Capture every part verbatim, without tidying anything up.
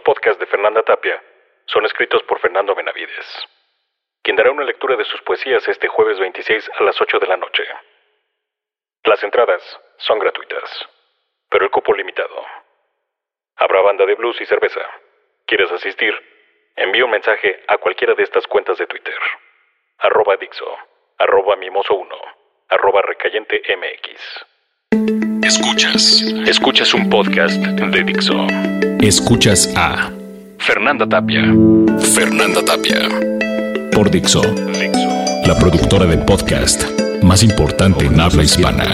podcasts de Fernanda Tapia son escritos por Fernando Benavides, quien dará una lectura de sus poesías este jueves veintiséis a las ocho de la noche. Las entradas son gratuitas, pero el cupo limitado. Habrá banda de blues y cerveza. ¿Quieres asistir? Envía un mensaje a cualquiera de estas cuentas de Twitter. Arroba Dixo, arroba Mimoso uno, arroba Recayente M X. Escuchas. Escuchas un podcast de Dixo. Escuchas a Fernanda Tapia. Fernanda Tapia. Por Dixo, Dixo, la productora de podcast más importante en habla hispana.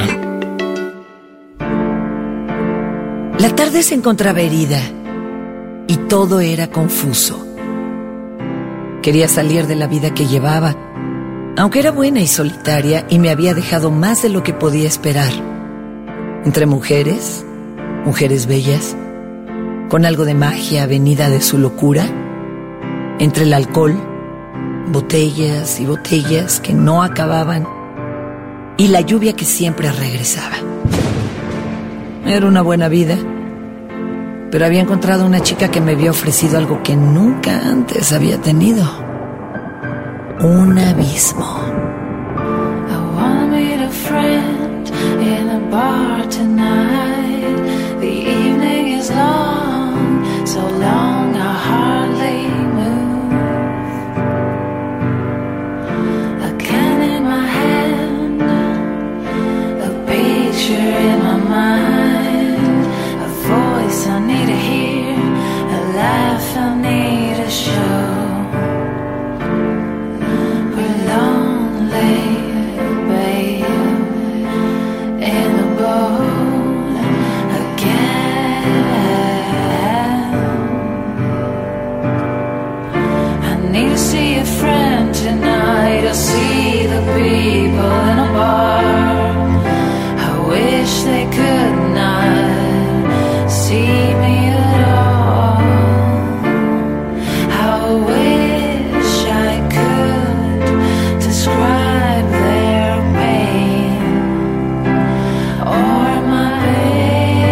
La tarde se encontraba herida y todo era confuso. Quería salir de la vida que llevaba, aunque era buena y solitaria y me había dejado más de lo que podía esperar. Entre mujeres, mujeres bellas, con algo de magia venida de su locura, entre el alcohol, botellas y botellas que no acababan y la lluvia que siempre regresaba. Era una buena vida, pero había encontrado una chica que me había ofrecido algo que nunca antes había tenido: un abismo. I wanna meet a friend in a bar tonight. The evening is long, so long I hardly move. A can in my hand, a picture in my mind, a voice I need to hear, a laugh I need to show. We're lonely, babe, in the boat again. I need to see a friend tonight, or see the people in a bar. I wish they could not see me at all. I wish I could describe their pain or my pain.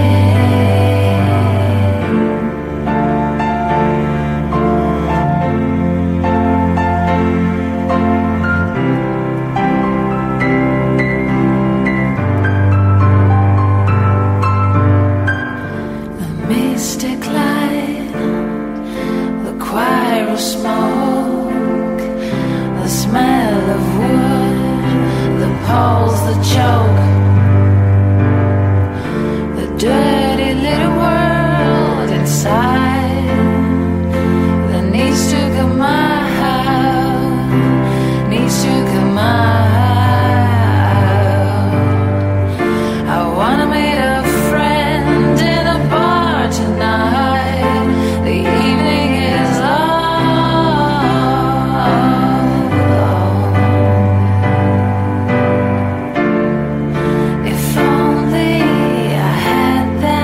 The mystic light, the choir of smoke, the smell of wood, the poles that choke, the dirty little world inside that needs to come out, needs to come out. I wanna meet a friend in a bar tonight. The evening is long. If only I had that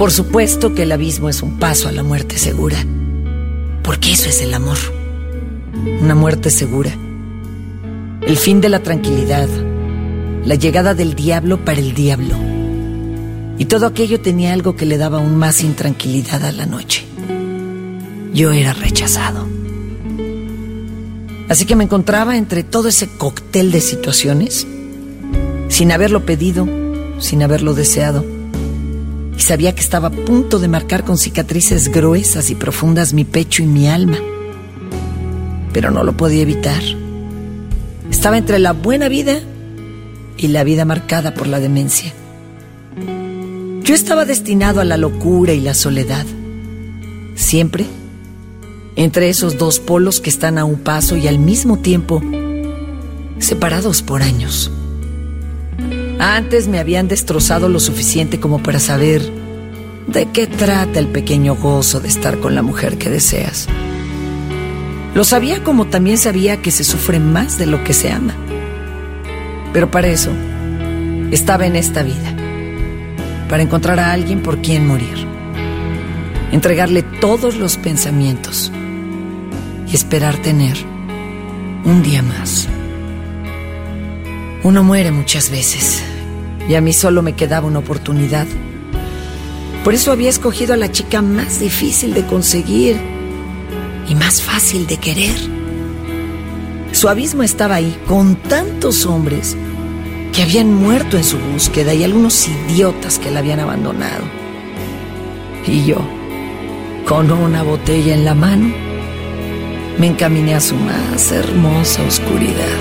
Por supuesto que el abismo es un paso a la muerte segura, porque eso es el amor, una muerte segura. El fin de la tranquilidad, la llegada del diablo para el diablo. Y todo aquello tenía algo que le daba aún más intranquilidad a la noche. Yo era rechazado. Así que me encontraba entre todo ese cóctel de situaciones, sin haberlo pedido, sin haberlo deseado. Y sabía que estaba a punto de marcar con cicatrices gruesas y profundas mi pecho y mi alma. Pero no lo podía evitar. Estaba entre la buena vida y la vida marcada por la demencia. Yo estaba destinado a la locura y la soledad. Siempre entre esos dos polos que están a un paso y al mismo tiempo separados por años. Antes me habían destrozado lo suficiente como para saber de qué trata el pequeño gozo de estar con la mujer que deseas. Lo sabía como también sabía que se sufre más de lo que se ama. Pero para eso estaba en esta vida, para encontrar a alguien por quien morir, entregarle todos los pensamientos y esperar tener un día más. Uno muere muchas veces y a mí solo me quedaba una oportunidad. Por eso había escogido a la chica más difícil de conseguir y más fácil de querer. Su abismo estaba ahí, con tantos hombres que habían muerto en su búsqueda y algunos idiotas que la habían abandonado. Y yo, con una botella en la mano, me encaminé a su más hermosa oscuridad.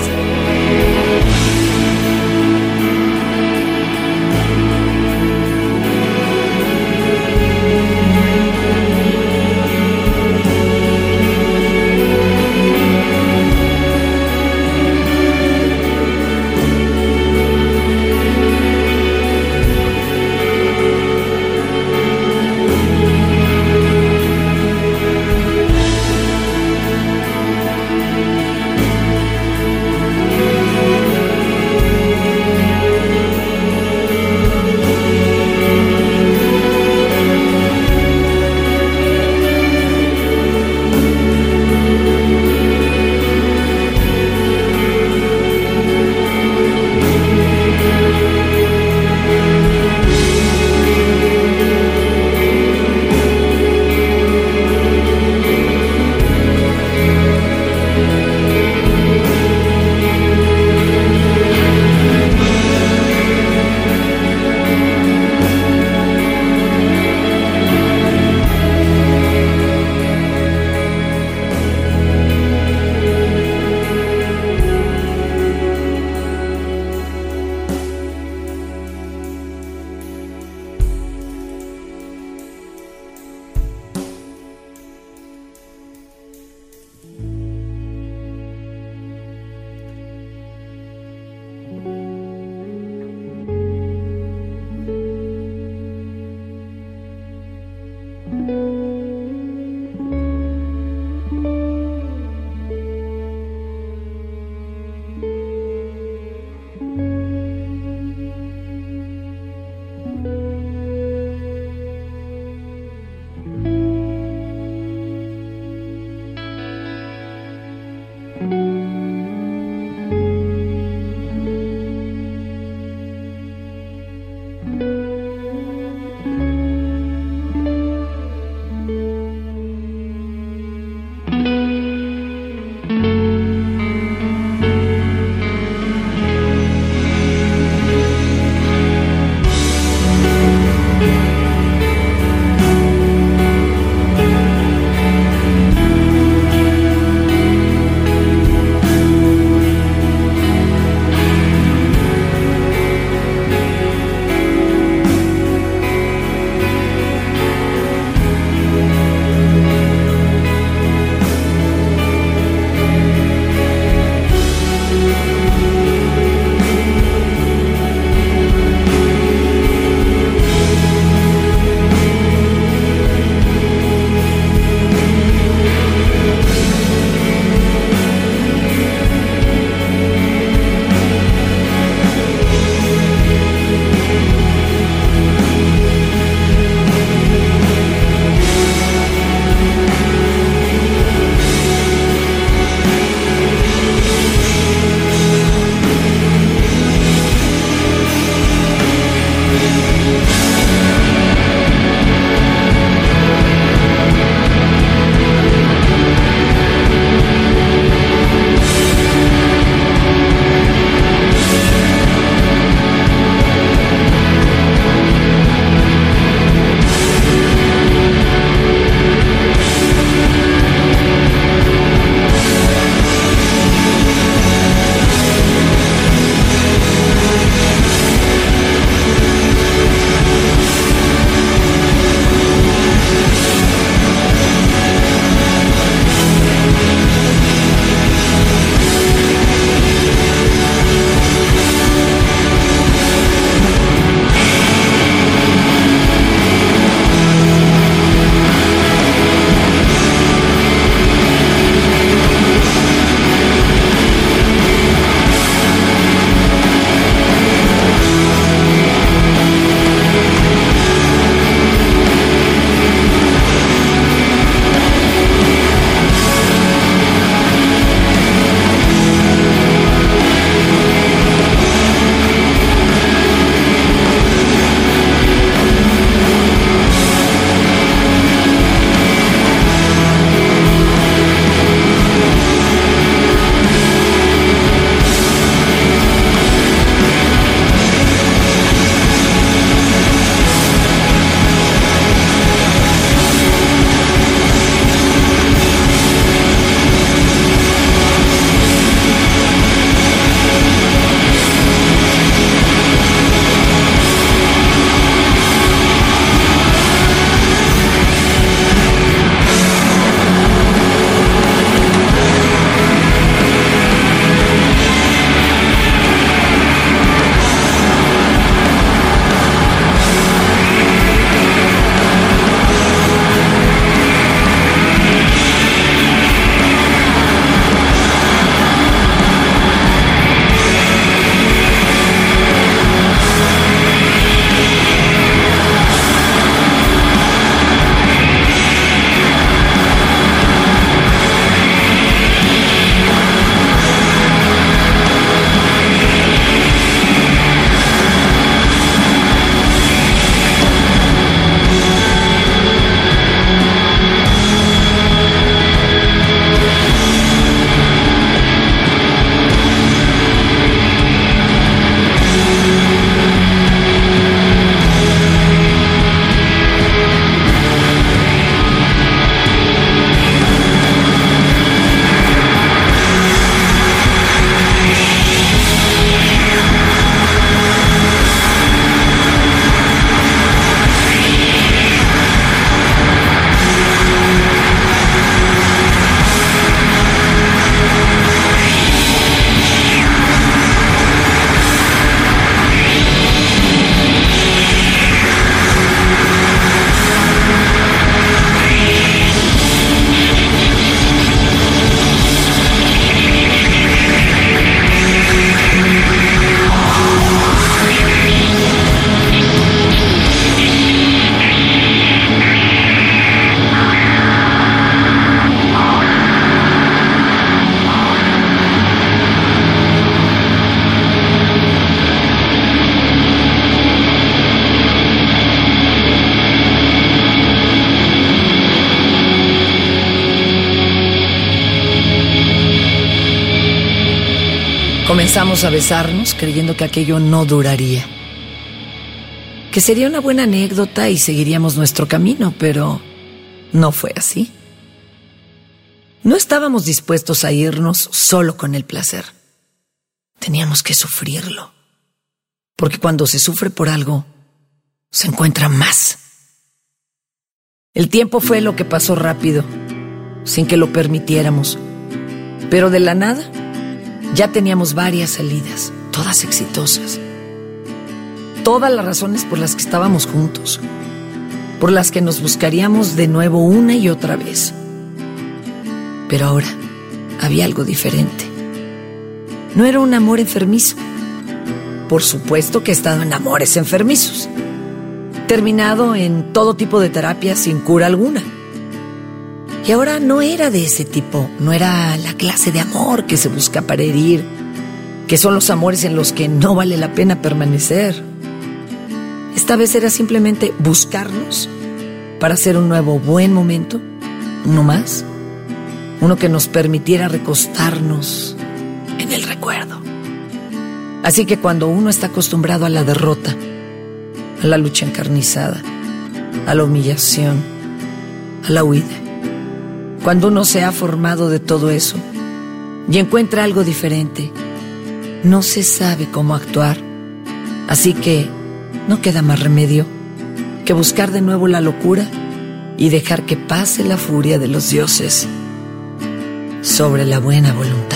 Comenzamos a besarnos creyendo que aquello no duraría, que sería una buena anécdota y seguiríamos nuestro camino, pero no fue así. No estábamos dispuestos a irnos solo con el placer. Teníamos que sufrirlo, porque cuando se sufre por algo, se encuentra más. El tiempo fue lo que pasó rápido, sin que lo permitiéramos, pero de la nada ya teníamos varias salidas, todas exitosas. Todas las razones por las que estábamos juntos, por las que nos buscaríamos de nuevo una y otra vez. Pero ahora había algo diferente. No era un amor enfermizo. Por supuesto que he estado en amores enfermizos, terminado en todo tipo de terapia sin cura alguna. Y ahora no era de ese tipo, no era la clase de amor que se busca para herir, que son los amores en los que no vale la pena permanecer. Esta vez era simplemente buscarnos para hacer un nuevo buen momento, uno más, uno que nos permitiera recostarnos en el recuerdo. Así que cuando uno está acostumbrado a la derrota, a la lucha encarnizada, a la humillación, a la huida, cuando uno se ha formado de todo eso y encuentra algo diferente, no se sabe cómo actuar. Así que no queda más remedio que buscar de nuevo la locura y dejar que pase la furia de los dioses sobre la buena voluntad.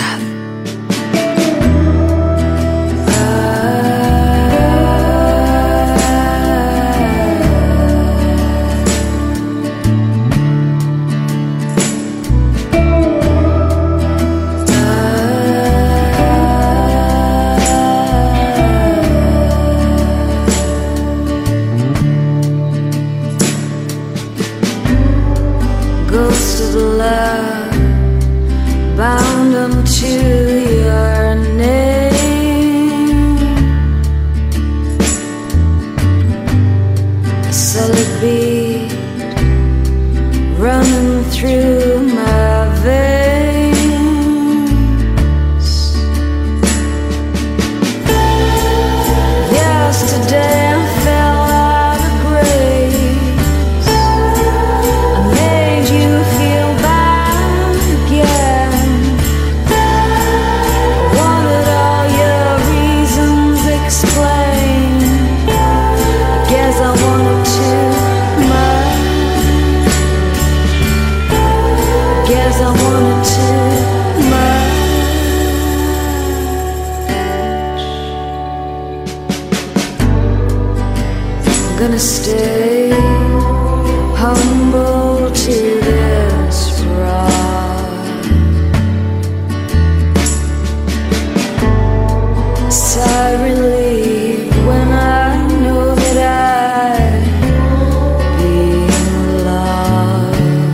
Ghost of love, bound unto your name. A solid beat running through my veins. Yesterday I fell out of grace. I made you feel bad again. I wanted all your reasons explained. I guess I wanted too much. I guess I wanted too much. I'm gonna stay humble to this rock. Sigh relief when I know that I belong.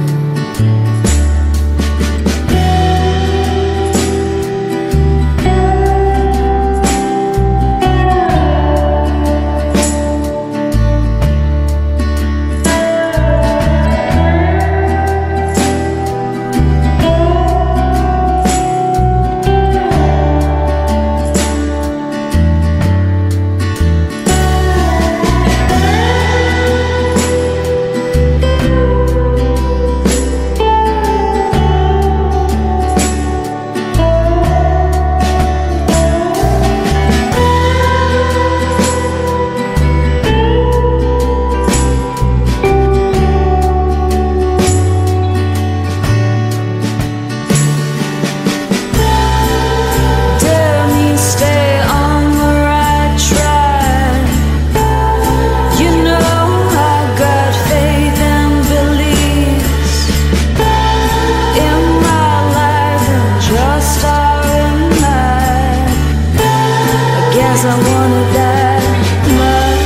Dare me stay on the right track. You know I got faith and beliefs in my life and just are in mine. I guess I wanted that much.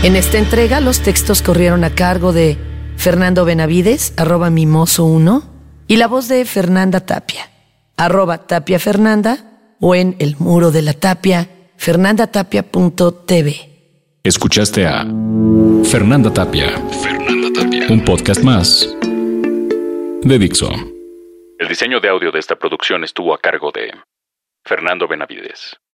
En esta entrega, los textos corrieron a cargo de Fernando Benavides, arroba mimoso uno, y la voz de Fernanda Tapia, arroba Tapia Fernanda, o en El Muro de la Tapia, fernandatapia punto t v. Escuchaste a Fernanda Tapia. Fernanda Tapia. Un podcast más de Dixo. El diseño de audio de esta producción estuvo a cargo de Fernando Benavides.